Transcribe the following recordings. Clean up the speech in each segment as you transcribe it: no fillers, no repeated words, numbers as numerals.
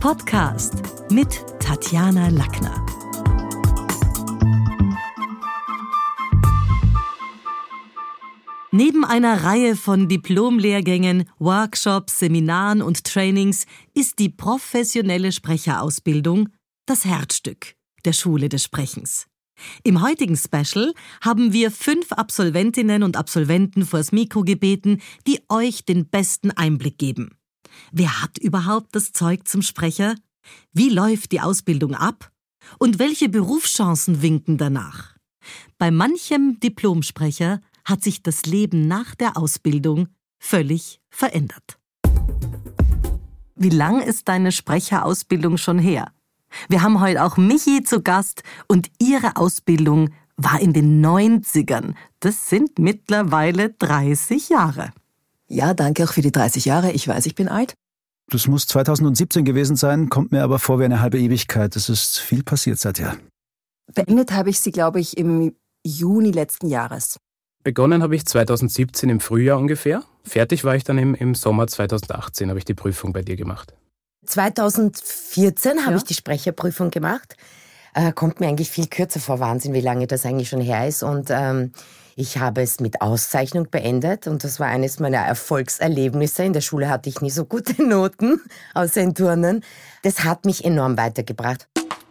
Podcast mit Tatjana Lackner. Neben einer Reihe von Diplomlehrgängen, Workshops, Seminaren und Trainings ist die professionelle Sprecherausbildung das Herzstück der Schule des Sprechens. Im heutigen Special haben wir 5 Absolventinnen und Absolventen vors Mikro gebeten, die euch den besten Einblick geben. Wer hat überhaupt das Zeug zum Sprecher? Wie läuft die Ausbildung ab? Und welche Berufschancen winken danach? Bei manchem Diplomsprecher hat sich das Leben nach der Ausbildung völlig verändert. Wie lang ist deine Sprecherausbildung schon her? Wir haben heute auch Michi zu Gast und ihre Ausbildung war in den 90ern. Das sind mittlerweile 30 Jahre. Ja, danke auch für die 30 Jahre. Ich weiß, ich bin alt. Das muss 2017 gewesen sein, kommt mir aber vor wie eine halbe Ewigkeit. Es ist viel passiert seither. Beendet habe ich sie, glaube ich, im Juni letzten Jahres. Begonnen habe ich 2017 im Frühjahr ungefähr. Fertig war ich dann im Sommer 2018, habe ich die Prüfung bei dir gemacht. 2014 habe ich die Sprecherprüfung gemacht. Kommt mir eigentlich viel kürzer vor, Wahnsinn, wie lange das eigentlich schon her ist. Und ich habe es mit Auszeichnung beendet und das war eines meiner Erfolgserlebnisse. In der Schule hatte ich nie so gute Noten, außer in Turnen. Das hat mich enorm weitergebracht.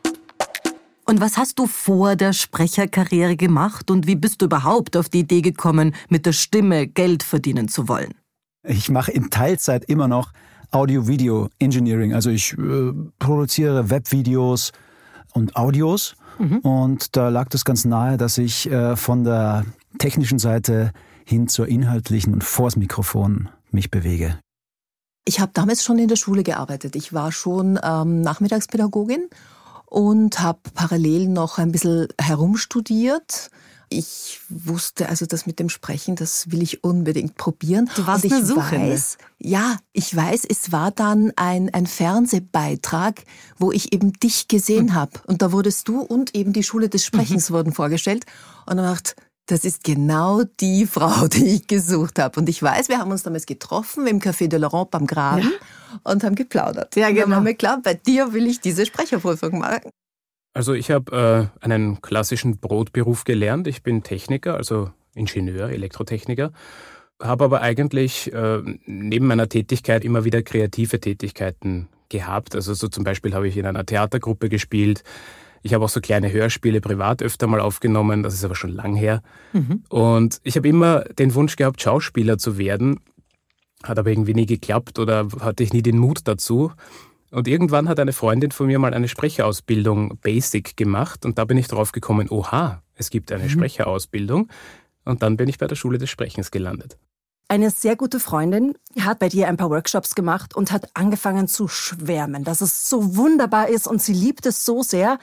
Und was hast du vor der Sprecherkarriere gemacht und wie bist du überhaupt auf die Idee gekommen, mit der Stimme Geld verdienen zu wollen? Ich mache in Teilzeit immer noch Audio-Video-Engineering. Also ich produziere Webvideos und Audios. Und da lag das ganz nahe, dass ich von der technischen Seite hin zur inhaltlichen und vors Mikrofon mich bewege. Ich habe damals schon in der Schule gearbeitet. Ich war schon Nachmittagspädagogin und habe parallel noch ein bisschen herumstudiert. Ich wusste also, das mit dem Sprechen, das will ich unbedingt probieren. Du warst eine Suchende. Ich weiß, es war dann ein Fernsehbeitrag, wo ich eben dich gesehen habe. Und da wurdest du und eben die Schule des Sprechens wurden vorgestellt. Und dann dachte ich, das ist genau die Frau, die ich gesucht habe. Und ich weiß, wir haben uns damals getroffen im Café de l'Europe am Graben und haben geplaudert. Ja, genau. Und dann war mir klar, bei dir will ich diese Sprecherprüfung machen. Also ich habe einen klassischen Brotberuf gelernt. Ich bin Techniker, also Ingenieur, Elektrotechniker. Habe aber eigentlich neben meiner Tätigkeit immer wieder kreative Tätigkeiten gehabt. Also so zum Beispiel habe ich in einer Theatergruppe gespielt. Ich habe auch so kleine Hörspiele privat öfter mal aufgenommen. Das ist aber schon lang her. Und ich habe immer den Wunsch gehabt, Schauspieler zu werden. Hat aber irgendwie nie geklappt oder hatte ich nie den Mut dazu. Und irgendwann hat eine Freundin von mir mal eine Sprecherausbildung Basic gemacht und da bin ich drauf gekommen, oha, es gibt eine Sprecherausbildung und dann bin ich bei der Schule des Sprechens gelandet. Eine sehr gute Freundin hat bei dir ein paar Workshops gemacht und hat angefangen zu schwärmen, dass es so wunderbar ist und sie liebt es so sehr.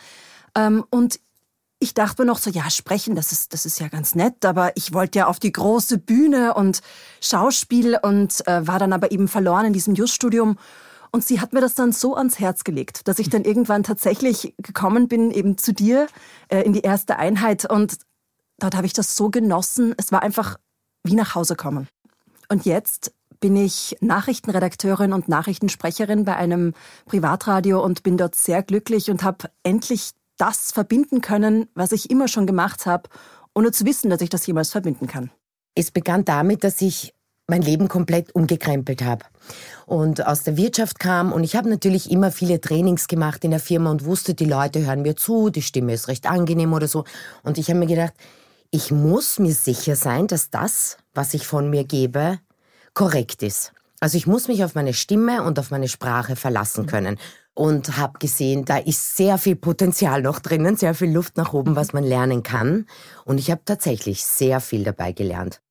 Und ich dachte mir noch so, ja, sprechen, das ist ja ganz nett, aber ich wollte ja auf die große Bühne und Schauspiel und war dann aber eben verloren in diesem Just-Studium. Und sie hat mir das dann so ans Herz gelegt, dass ich dann irgendwann tatsächlich gekommen bin, eben zu dir in die erste Einheit. Und dort habe ich das so genossen. Es war einfach wie nach Hause kommen. Und jetzt bin ich Nachrichtenredakteurin und Nachrichtensprecherin bei einem Privatradio und bin dort sehr glücklich und habe endlich das verbinden können, was ich immer schon gemacht habe, ohne zu wissen, dass ich das jemals verbinden kann. Es begann damit, dass ich mein Leben komplett umgekrempelt habe und aus der Wirtschaft kam. Und ich habe natürlich immer viele Trainings gemacht in der Firma und wusste, die Leute hören mir zu, die Stimme ist recht angenehm oder so. Und ich habe mir gedacht, ich muss mir sicher sein, dass das, was ich von mir gebe, korrekt ist. Also ich muss mich auf meine Stimme und auf meine Sprache verlassen können. Und habe gesehen, da ist sehr viel Potenzial noch drinnen, sehr viel Luft nach oben, was man lernen kann. Und ich habe tatsächlich sehr viel dabei gelernt.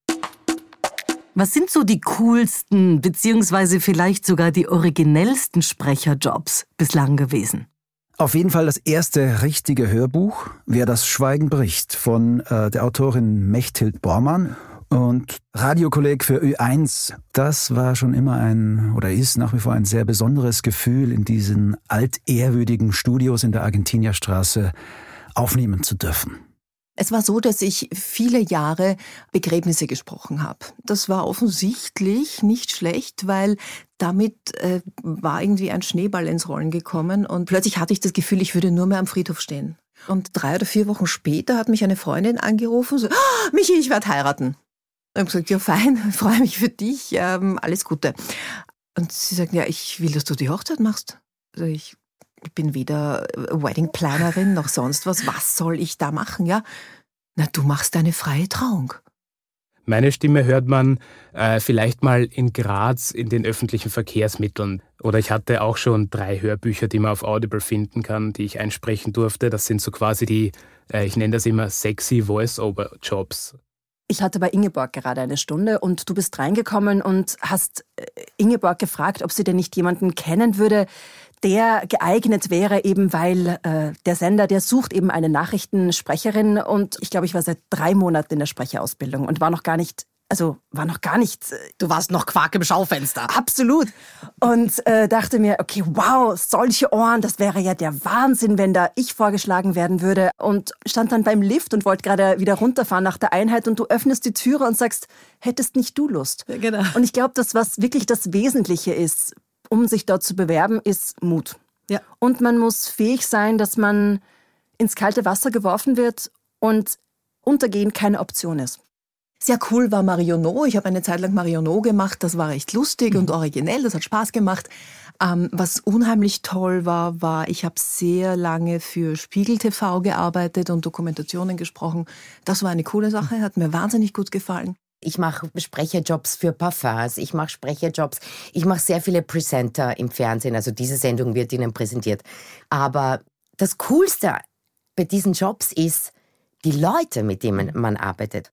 Was sind so die coolsten, beziehungsweise vielleicht sogar die originellsten Sprecherjobs bislang gewesen? Auf jeden Fall das erste richtige Hörbuch, Wer das Schweigen bricht, von der Autorin Mechthild Bormann und Radiokolleg für Ö1. Das war schon immer ist nach wie vor ein sehr besonderes Gefühl, in diesen altehrwürdigen Studios in der Argentinierstraße aufnehmen zu dürfen. Es war so, dass ich viele Jahre Begräbnisse gesprochen habe. Das war offensichtlich nicht schlecht, weil damit war irgendwie ein Schneeball ins Rollen gekommen und plötzlich hatte ich das Gefühl, ich würde nur mehr am Friedhof stehen. Und 3 oder 4 Wochen später hat mich eine Freundin angerufen, so, Michi, ich werde heiraten. Ich habe gesagt, ja fein, freue mich für dich, alles Gute. Und sie sagt, ja, ich will, dass du die Hochzeit machst. Also ich bin weder Wedding-Planerin noch sonst was. Was soll ich da machen, ja? Na, du machst eine freie Trauung. Meine Stimme hört man vielleicht mal in Graz in den öffentlichen Verkehrsmitteln. Oder ich hatte auch schon 3 Hörbücher, die man auf Audible finden kann, die ich einsprechen durfte. Das sind so quasi die, ich nenne das immer sexy Voice-Over-Jobs. Ich hatte bei Ingeborg gerade eine Stunde und du bist reingekommen und hast Ingeborg gefragt, ob sie denn nicht jemanden kennen würde, der geeignet wäre, eben weil der Sender, der sucht eben eine Nachrichtensprecherin und ich glaube, ich war seit 3 Monaten in der Sprecherausbildung und war noch gar nicht. Du warst noch Quark im Schaufenster. Absolut. Und dachte mir, okay, wow, solche Ohren, das wäre ja der Wahnsinn, wenn da ich vorgeschlagen werden würde. Und stand dann beim Lift und wollte gerade wieder runterfahren nach der Einheit und du öffnest die Türe und sagst, hättest nicht du Lust? Ja, genau. Und ich glaube, das, was wirklich das Wesentliche ist, um sich dort zu bewerben, ist Mut. Ja. Und man muss fähig sein, dass man ins kalte Wasser geworfen wird und untergehen keine Option ist. Sehr cool war Marionneau. Ich habe eine Zeit lang Marionneau gemacht. Das war recht lustig und originell. Das hat Spaß gemacht. Was unheimlich toll war, ich habe sehr lange für Spiegel TV gearbeitet und Dokumentationen gesprochen. Das war eine coole Sache, hat mir wahnsinnig gut gefallen. Ich mache Sprecherjobs für Parfums, ich mache Sprecherjobs, ich mache sehr viele Presenter im Fernsehen, also diese Sendung wird Ihnen präsentiert. Aber das Coolste bei diesen Jobs ist die Leute, mit denen man arbeitet.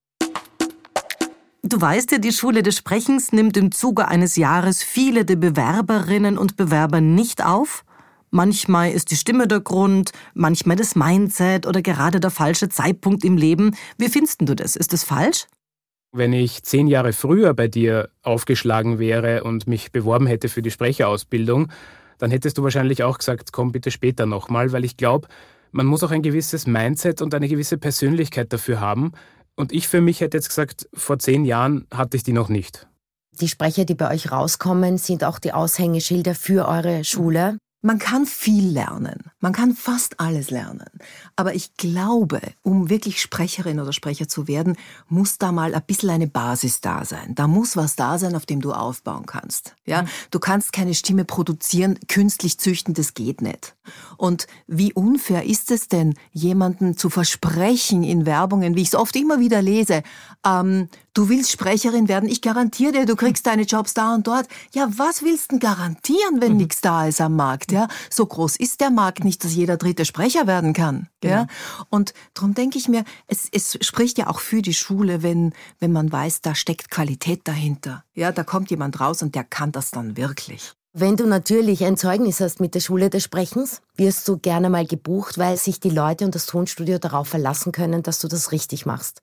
Du weißt ja, die Schule des Sprechens nimmt im Zuge eines Jahres viele der Bewerberinnen und Bewerber nicht auf. Manchmal ist die Stimme der Grund, manchmal das Mindset oder gerade der falsche Zeitpunkt im Leben. Wie findest du das? Ist das falsch? Wenn ich 10 Jahre früher bei dir aufgeschlagen wäre und mich beworben hätte für die Sprecherausbildung, dann hättest du wahrscheinlich auch gesagt, komm bitte später nochmal, weil ich glaube, man muss auch ein gewisses Mindset und eine gewisse Persönlichkeit dafür haben. Und ich für mich hätte jetzt gesagt, vor 10 Jahren hatte ich die noch nicht. Die Sprecher, die bei euch rauskommen, sind auch die Aushängeschilder für eure Schule. Man kann viel lernen. Man kann fast alles lernen. Aber ich glaube, um wirklich Sprecherin oder Sprecher zu werden, muss da mal ein bisschen eine Basis da sein. Da muss was da sein, auf dem du aufbauen kannst. Ja? Du kannst keine Stimme produzieren, künstlich züchten, das geht nicht. Und wie unfair ist es denn, jemanden zu versprechen in Werbungen, wie ich es oft immer wieder lese, du willst Sprecherin werden, ich garantiere dir, du kriegst deine Jobs da und dort. Ja, was willst du denn garantieren, wenn nichts da ist am Markt? Ja? So groß ist der Markt nicht, dass jeder dritte Sprecher werden kann. Genau. Ja? Und darum denke ich mir, es spricht ja auch für die Schule, wenn man weiß, da steckt Qualität dahinter. Ja, da kommt jemand raus und der kann das dann wirklich. Wenn du natürlich ein Zeugnis hast mit der Schule des Sprechens, wirst du gerne mal gebucht, weil sich die Leute und das Tonstudio darauf verlassen können, dass du das richtig machst.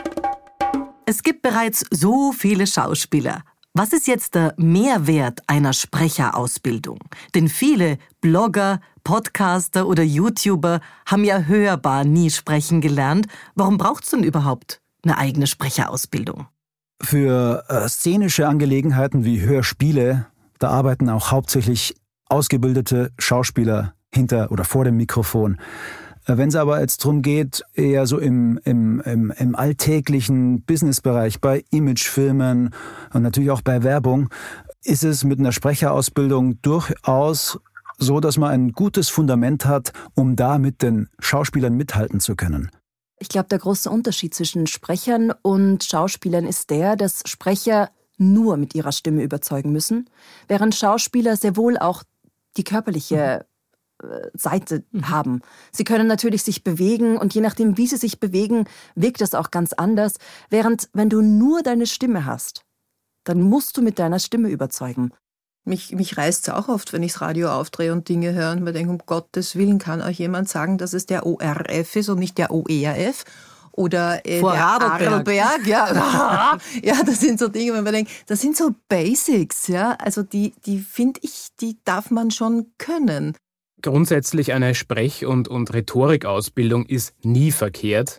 Es gibt bereits so viele Schauspieler. Was ist jetzt der Mehrwert einer Sprecherausbildung? Denn viele Blogger, Podcaster oder YouTuber haben ja hörbar nie sprechen gelernt. Warum braucht es denn überhaupt eine eigene Sprecherausbildung? Für szenische Angelegenheiten wie Hörspiele, da arbeiten auch hauptsächlich ausgebildete Schauspieler hinter oder vor dem Mikrofon. Wenn es aber jetzt darum geht, eher so im alltäglichen Businessbereich, bei Imagefilmen und natürlich auch bei Werbung, ist es mit einer Sprecherausbildung durchaus so, dass man ein gutes Fundament hat, um da mit den Schauspielern mithalten zu können. Ich glaube, der große Unterschied zwischen Sprechern und Schauspielern ist der, dass Sprecher nur mit ihrer Stimme überzeugen müssen, während Schauspieler sehr wohl auch die körperliche Seite haben. Sie können natürlich sich bewegen und je nachdem, wie sie sich bewegen, wirkt das auch ganz anders. Während, wenn du nur deine Stimme hast, dann musst du mit deiner Stimme überzeugen. Mich reißt es auch oft, wenn ich das Radio aufdrehe und Dinge höre und mir denke, um Gottes Willen kann euch jemand sagen, dass es der ORF ist und nicht der OERF. Oder Vor der Radlberg. Ja. Ja, das sind so Dinge, wenn man denkt, das sind so Basics, ja. Also die finde ich, die darf man schon können. Grundsätzlich eine Sprech- und Rhetorikausbildung ist nie verkehrt.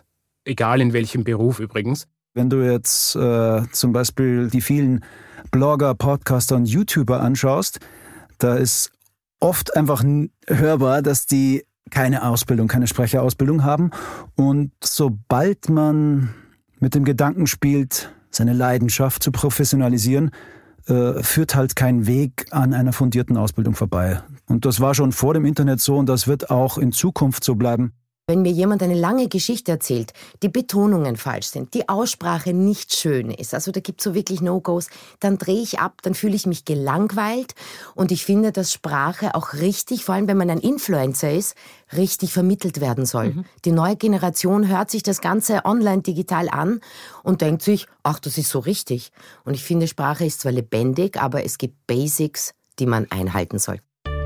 egal in welchem Beruf übrigens. Wenn du jetzt zum Beispiel die vielen Blogger, Podcaster und YouTuber anschaust, da ist oft einfach hörbar, dass die keine Ausbildung, keine Sprecherausbildung haben. Und sobald man mit dem Gedanken spielt, seine Leidenschaft zu professionalisieren, führt halt kein Weg an einer fundierten Ausbildung vorbei. Und das war schon vor dem Internet so und das wird auch in Zukunft so bleiben. Wenn mir jemand eine lange Geschichte erzählt, die Betonungen falsch sind, die Aussprache nicht schön ist, also da gibt es so wirklich No-Gos, dann drehe ich ab, dann fühle ich mich gelangweilt und ich finde, dass Sprache auch richtig, vor allem wenn man ein Influencer ist, richtig vermittelt werden soll. Die neue Generation hört sich das Ganze online digital an und denkt sich, ach, das ist so richtig. Und ich finde, Sprache ist zwar lebendig, aber es gibt Basics, die man einhalten soll.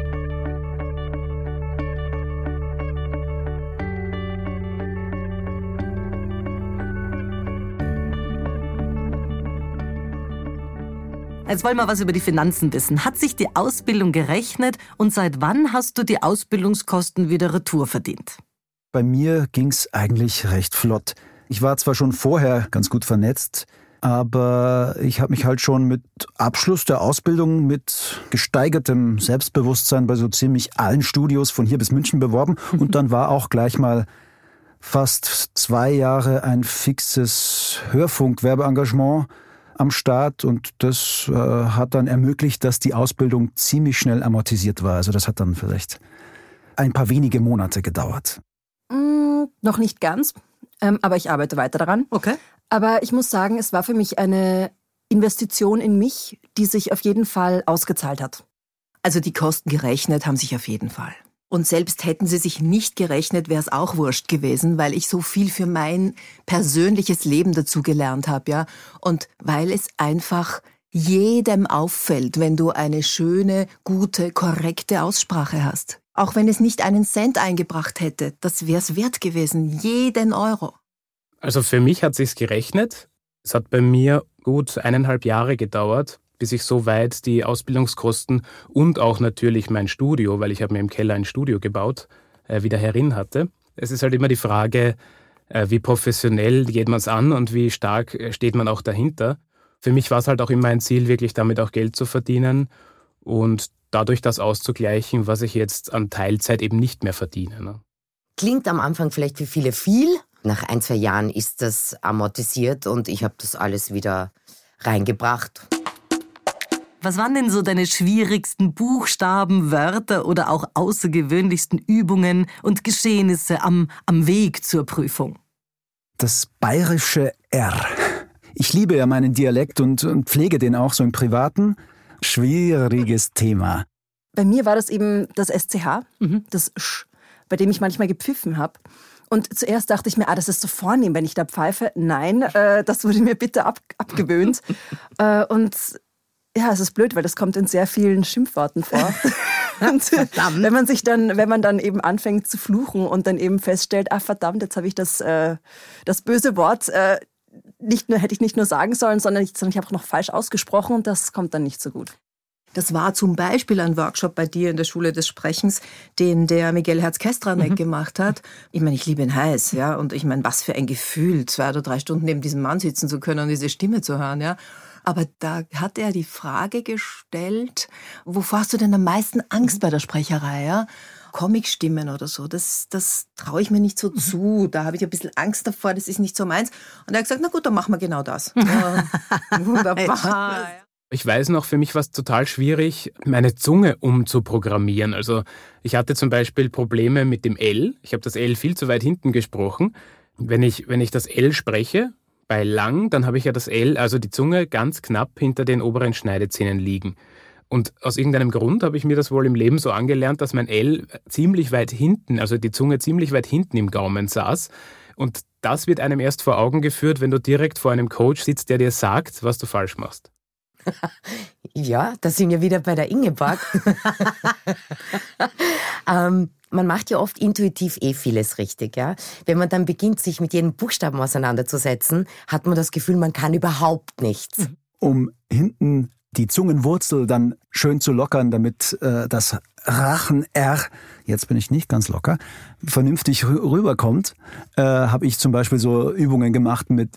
Jetzt wollen wir was über die Finanzen wissen. Hat sich die Ausbildung gerechnet und seit wann hast du die Ausbildungskosten wieder retour verdient? Bei mir ging's eigentlich recht flott. Ich war zwar schon vorher ganz gut vernetzt, aber ich habe mich halt schon mit Abschluss der Ausbildung mit gesteigertem Selbstbewusstsein bei so ziemlich allen Studios von hier bis München beworben und dann war auch gleich mal fast 2 Jahre ein fixes Hörfunk-Werbeengagement am Start und das hat dann ermöglicht, dass die Ausbildung ziemlich schnell amortisiert war. Also das hat dann vielleicht ein paar wenige Monate gedauert. Noch nicht ganz, aber ich arbeite weiter daran. Okay. Aber ich muss sagen, es war für mich eine Investition in mich, die sich auf jeden Fall ausgezahlt hat. Also die Kosten gerechnet haben sich auf jeden Fall. Und selbst hätten sie sich nicht gerechnet, wäre es auch wurscht gewesen, weil ich so viel für mein persönliches Leben dazu gelernt habe, ja. Und weil es einfach jedem auffällt, wenn du eine schöne, gute, korrekte Aussprache hast. Auch wenn es nicht einen Cent eingebracht hätte, das wäre es wert gewesen, jeden Euro. Also für mich hat es sich gerechnet. Es hat bei mir gut 1,5 Jahre gedauert, bis ich so weit die Ausbildungskosten und auch natürlich mein Studio, weil ich habe mir im Keller ein Studio gebaut, wieder herin hatte. Es ist halt immer die Frage, wie professionell geht man es an und wie stark steht man auch dahinter. Für mich war es halt auch immer ein Ziel, wirklich damit auch Geld zu verdienen und dadurch das auszugleichen, was ich jetzt an Teilzeit eben nicht mehr verdiene. Ne? Klingt am Anfang vielleicht für viele viel. Nach 1-2 Jahren ist das amortisiert und ich habe das alles wieder reingebracht. Was waren denn so deine schwierigsten Buchstaben, Wörter oder auch außergewöhnlichsten Übungen und Geschehnisse am Weg zur Prüfung? Das bayerische R. Ich liebe ja meinen Dialekt und pflege den auch so im Privaten. Schwieriges Thema. Bei mir war das eben das SCH, das Sch, bei dem ich manchmal gepfiffen habe. Und zuerst dachte ich mir, das ist so vornehm, wenn ich da pfeife. Nein, das wurde mir bitte abgewöhnt. Und ja, es ist blöd, weil das kommt in sehr vielen Schimpfworten vor. Und wenn man dann eben anfängt zu fluchen und dann eben feststellt, verdammt, jetzt habe ich das böse Wort hätte ich nicht nur sagen sollen, sondern ich habe auch noch falsch ausgesprochen und das kommt dann nicht so gut. Das war zum Beispiel ein Workshop bei dir in der Schule des Sprechens, den der Miguel Herz-Kestranek gemacht hat. Ich meine, ich liebe ihn heiß, ja, und ich meine, was für ein Gefühl, 2 oder 3 Stunden neben diesem Mann sitzen zu können und diese Stimme zu hören, ja. Aber da hat er die Frage gestellt, wovor hast du denn am meisten Angst bei der Sprecherei, ja? Comicstimmen oder so, das traue ich mir nicht so zu. Da habe ich ein bisschen Angst davor, das ist nicht so meins. Und er hat gesagt, na gut, dann machen wir genau das. Ja, wunderbar. Ich weiß noch, für mich war es total schwierig, meine Zunge umzuprogrammieren. Also ich hatte zum Beispiel Probleme mit dem L. Ich habe das L viel zu weit hinten gesprochen. Wenn ich das L spreche, bei lang, dann habe ich ja das L, also die Zunge, ganz knapp hinter den oberen Schneidezähnen liegen. Und aus irgendeinem Grund habe ich mir das wohl im Leben so angelernt, dass mein L ziemlich weit hinten, also die Zunge ziemlich weit hinten im Gaumen saß. Und das wird einem erst vor Augen geführt, wenn du direkt vor einem Coach sitzt, der dir sagt, was du falsch machst. Ja, da sind wir wieder bei der Ingeborg. Man macht ja oft intuitiv vieles richtig, ja. Wenn man dann beginnt, sich mit jedem Buchstaben auseinanderzusetzen, hat man das Gefühl, man kann überhaupt nichts. Um hinten die Zungenwurzel dann schön zu lockern, damit das Rachen-R, jetzt bin ich nicht ganz locker, vernünftig rüberkommt, habe ich zum Beispiel so Übungen gemacht mit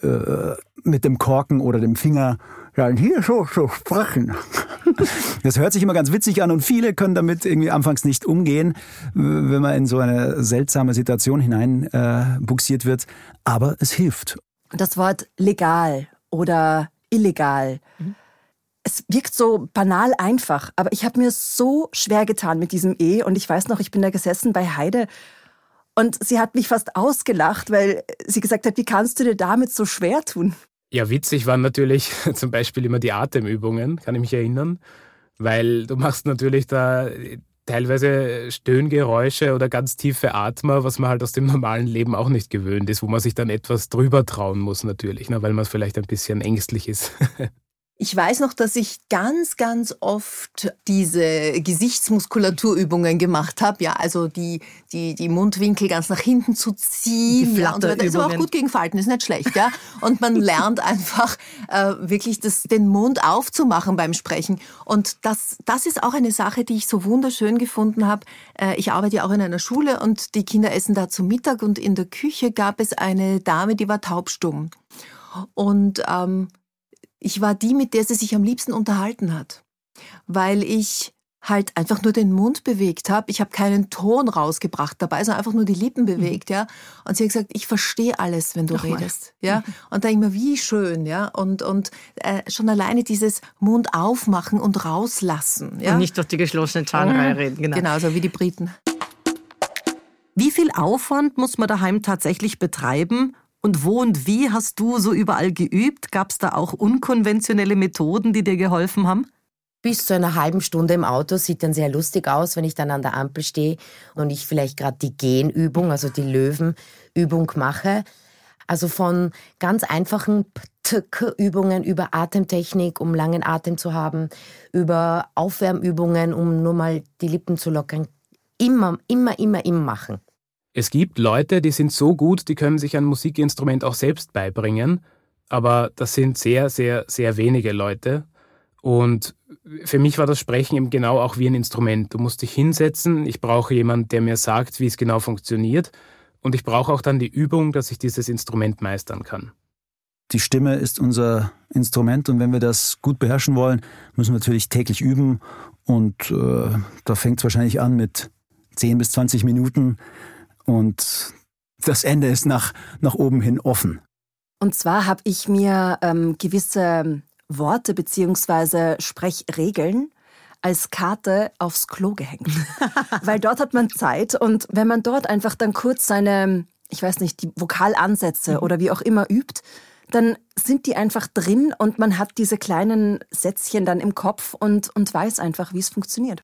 dem Korken oder dem Finger, ja, hier so sprechen. Das hört sich immer ganz witzig an und viele können damit irgendwie anfangs nicht umgehen, wenn man in so eine seltsame Situation hinein buxiert wird. Aber es hilft. Das Wort legal oder illegal. Es wirkt so banal einfach, aber ich habe mir so schwer getan mit diesem E und ich weiß noch, ich bin da gesessen bei Heide und sie hat mich fast ausgelacht, weil sie gesagt hat, wie kannst du dir damit so schwer tun? Ja, witzig waren natürlich zum Beispiel immer die Atemübungen, kann ich mich erinnern, weil du machst natürlich da teilweise Stöhngeräusche oder ganz tiefe Atmer, was man halt aus dem normalen Leben auch nicht gewöhnt ist, wo man sich dann etwas drüber trauen muss natürlich, weil man vielleicht ein bisschen ängstlich ist. Ich weiß noch, dass ich ganz, ganz oft diese Gesichtsmuskulaturübungen gemacht habe. Ja, also die Mundwinkel ganz nach hinten zu ziehen. Die ja, und so weiter. Ist aber auch Flatterübungen. gut gegen Falten, ist nicht schlecht. Ja? Und man lernt einfach wirklich den Mund aufzumachen beim Sprechen. Und das ist auch eine Sache, die ich so wunderschön gefunden habe. Ich arbeite ja auch in einer Schule und die Kinder essen da zu Mittag. Und in der Küche gab es eine Dame, die war taubstumm. Und ich war die, mit der sie sich am liebsten unterhalten hat, weil ich halt einfach nur den Mund bewegt habe. Ich habe keinen Ton rausgebracht dabei, sondern einfach nur die Lippen bewegt, ja. Und sie hat gesagt, ich verstehe alles, wenn du redest, ja. Und da immer, wie schön, ja. Und schon alleine dieses Mund aufmachen und rauslassen, ja. Und nicht durch die geschlossene Zahnreihe reden, genau. Genau, so wie die Briten. Wie viel Aufwand muss man daheim tatsächlich betreiben? Und wo und wie hast du so überall geübt? Gab es da auch unkonventionelle Methoden, die dir geholfen haben? Bis zu einer halben Stunde im Auto sieht dann sehr lustig aus, wenn ich dann an der Ampel stehe und ich vielleicht gerade die Genübung, also die Löwenübung mache. Also von ganz einfachen Übungen über Atemtechnik, um langen Atem zu haben, über Aufwärmübungen, um nur mal die Lippen zu lockern. Immer machen. Es gibt Leute, die sind so gut, die können sich ein Musikinstrument auch selbst beibringen, aber das sind sehr, sehr, sehr wenige Leute. Und für mich war das Sprechen eben genau auch wie ein Instrument. Du musst dich hinsetzen, ich brauche jemanden, der mir sagt, wie es genau funktioniert, und ich brauche auch dann die Übung, dass ich dieses Instrument meistern kann. Die Stimme ist unser Instrument und wenn wir das gut beherrschen wollen, müssen wir natürlich täglich üben und da fängt es wahrscheinlich an mit 10 bis 20 Minuten. Und das Ende ist nach oben hin offen. Und zwar habe ich mir gewisse Worte bzw. Sprechregeln als Karte aufs Klo gehängt. Weil dort hat man Zeit und wenn man dort einfach dann kurz seine, ich weiß nicht, die Vokalansätze oder wie auch immer übt, dann sind die einfach drin und man hat diese kleinen Sätzchen dann im Kopf und weiß einfach, wie es funktioniert.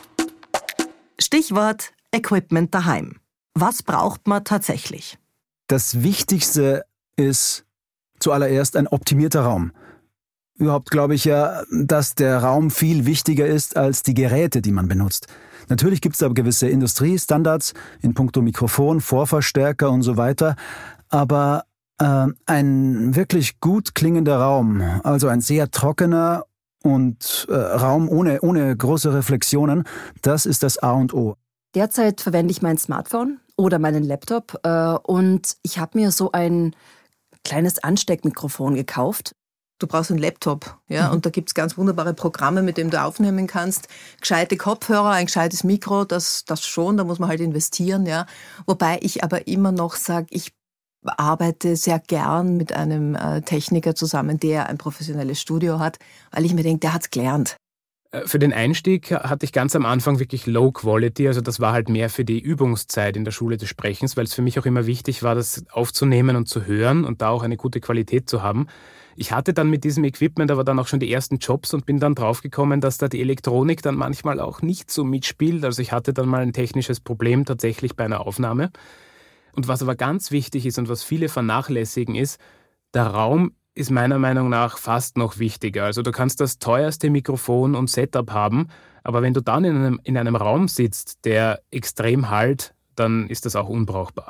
Stichwort Equipment daheim. Was braucht man tatsächlich? Das Wichtigste ist zuallererst ein optimierter Raum. Überhaupt glaube ich ja, dass der Raum viel wichtiger ist als die Geräte, die man benutzt. Natürlich gibt es da gewisse Industriestandards in puncto Mikrofon, Vorverstärker und so weiter, aber ein wirklich gut klingender Raum, also ein sehr trockener und Raum ohne große Reflexionen, das ist das A und O. Derzeit verwende ich mein Smartphone oder meinen Laptop und ich habe mir so ein kleines Ansteckmikrofon gekauft. Du brauchst einen Laptop, ja, und da gibt's ganz wunderbare Programme, mit denen du aufnehmen kannst. Gescheite Kopfhörer, ein gescheites Mikro, das schon, da muss man halt investieren, ja. Wobei ich aber immer noch sage, ich arbeite sehr gern mit einem Techniker zusammen, der ein professionelles Studio hat, weil ich mir denke, der hat's gelernt. Für den Einstieg hatte ich ganz am Anfang wirklich Low Quality, also das war halt mehr für die Übungszeit in der Schule des Sprechens, weil es für mich auch immer wichtig war, das aufzunehmen und zu hören und da auch eine gute Qualität zu haben. Ich hatte dann mit diesem Equipment aber dann auch schon die ersten Jobs und bin dann draufgekommen, dass da die Elektronik dann manchmal auch nicht so mitspielt. Also ich hatte dann mal ein technisches Problem tatsächlich bei einer Aufnahme. Und was aber ganz wichtig ist und was viele vernachlässigen ist, der Raum ist meiner Meinung nach fast noch wichtiger. Also du kannst das teuerste Mikrofon und Setup haben, aber wenn du dann in einem Raum sitzt, der extrem hallt, dann ist das auch unbrauchbar.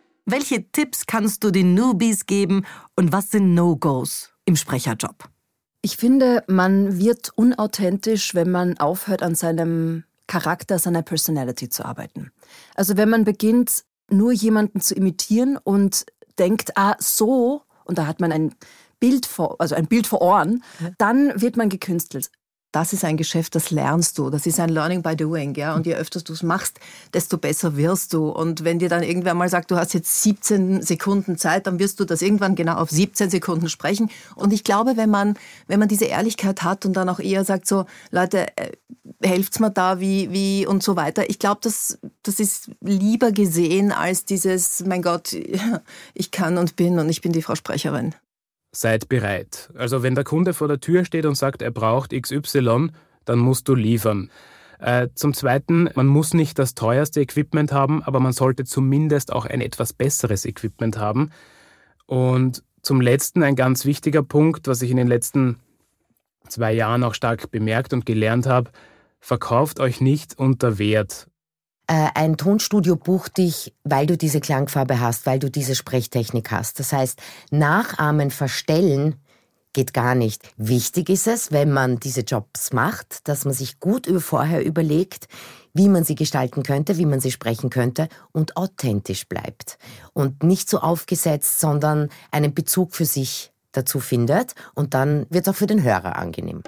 Welche Tipps kannst du den Newbies geben und was sind No-Gos im Sprecherjob? Ich finde, man wird unauthentisch, wenn man aufhört, an seinem Charakter, seiner Personality zu arbeiten. Also wenn man beginnt, nur jemanden zu imitieren und denkt, so, und da hat man ein Bild vor Ohren, dann wird man gekünstelt. Das ist ein Geschäft, das lernst du. Das ist ein Learning by doing. Ja? Und je öfter du es machst, desto besser wirst du. Und wenn dir dann irgendwer mal sagt, du hast jetzt 17 Sekunden Zeit, dann wirst du das irgendwann genau auf 17 Sekunden sprechen. Und ich glaube, wenn man diese Ehrlichkeit hat und dann auch eher sagt, so, Leute, helft's mir da, wie und so weiter. Ich glaube, das ist lieber gesehen als dieses, mein Gott, ich kann und bin und ich bin die Frau Sprecherin. Seid bereit. Also wenn der Kunde vor der Tür steht und sagt, er braucht XY, dann musst du liefern. Zum Zweiten, man muss nicht das teuerste Equipment haben, aber man sollte zumindest auch ein etwas besseres Equipment haben. Und zum Letzten ein ganz wichtiger Punkt, was ich in den letzten 2 Jahren auch stark bemerkt und gelernt habe, verkauft euch nicht unter Wert. Ein Tonstudio bucht dich, weil du diese Klangfarbe hast, weil du diese Sprechtechnik hast. Das heißt, nachahmen, verstellen geht gar nicht. Wichtig ist es, wenn man diese Jobs macht, dass man sich gut vorher überlegt, wie man sie gestalten könnte, wie man sie sprechen könnte und authentisch bleibt. Und nicht so aufgesetzt, sondern einen Bezug für sich dazu findet und dann wird es auch für den Hörer angenehm.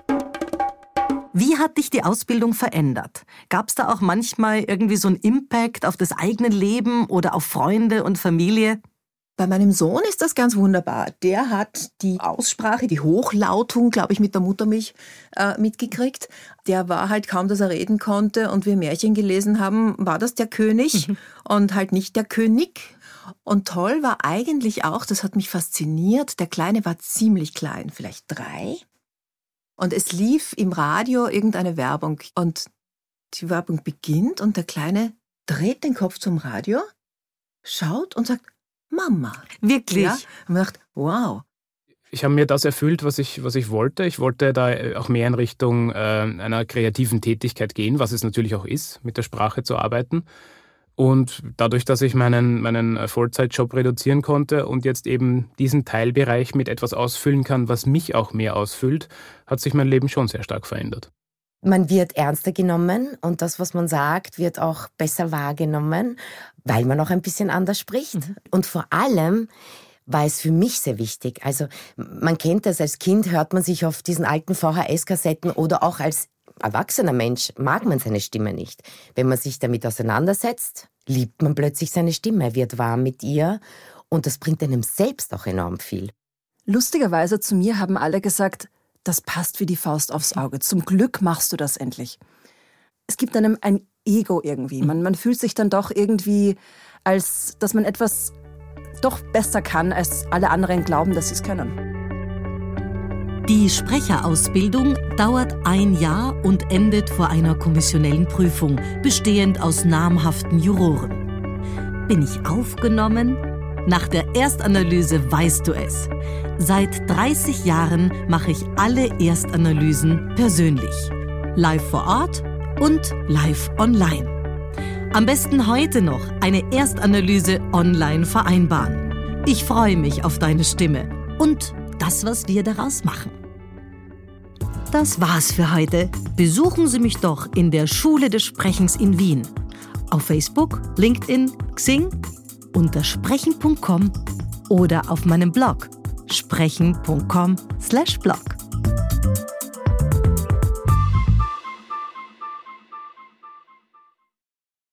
Wie hat dich die Ausbildung verändert? Gab es da auch manchmal irgendwie so einen Impact auf das eigene Leben oder auf Freunde und Familie? Bei meinem Sohn ist das ganz wunderbar. Der hat die Aussprache, die Hochlautung, glaube ich, mit der Muttermilch mitgekriegt. Der war halt kaum, dass er reden konnte und wir Märchen gelesen haben, war das der König und halt nicht der König. Und toll war eigentlich auch, das hat mich fasziniert, der Kleine war ziemlich klein, vielleicht 3. Und es lief im Radio irgendeine Werbung und die Werbung beginnt und der Kleine dreht den Kopf zum Radio, schaut und sagt, Mama. Wirklich? Ja? Und man dachte, wow. Ich habe mir das erfüllt, was ich wollte. Ich wollte da auch mehr in Richtung einer kreativen Tätigkeit gehen, was es natürlich auch ist, mit der Sprache zu arbeiten. Und dadurch, dass ich meinen Vollzeitjob reduzieren konnte und jetzt eben diesen Teilbereich mit etwas ausfüllen kann, was mich auch mehr ausfüllt, hat sich mein Leben schon sehr stark verändert. Man wird ernster genommen und das, was man sagt, wird auch besser wahrgenommen, weil man auch ein bisschen anders spricht. Und vor allem war es für mich sehr wichtig. Also man kennt das, als Kind hört man sich auf diesen alten VHS-Kassetten oder auch als erwachsener Mensch mag man seine Stimme nicht. Wenn man sich damit auseinandersetzt, liebt man plötzlich seine Stimme, wird warm mit ihr und das bringt einem selbst auch enorm viel. Lustigerweise zu mir haben alle gesagt, das passt wie die Faust aufs Auge. Zum Glück machst du das endlich. Es gibt einem ein Ego irgendwie. Man fühlt sich dann doch irgendwie, als dass man etwas doch besser kann, als alle anderen glauben, dass sie es können. Die Sprecherausbildung dauert 1 Jahr und endet vor einer kommissionellen Prüfung, bestehend aus namhaften Juroren. Bin ich aufgenommen? Nach der Erstanalyse weißt du es. Seit 30 Jahren mache ich alle Erstanalysen persönlich. Live vor Ort und live online. Am besten heute noch eine Erstanalyse online vereinbaren. Ich freue mich auf deine Stimme und das, was wir daraus machen. Das war's für heute. Besuchen Sie mich doch in der Schule des Sprechens in Wien. Auf Facebook, LinkedIn, Xing, unter sprechen.com oder auf meinem Blog sprechen.com/blog.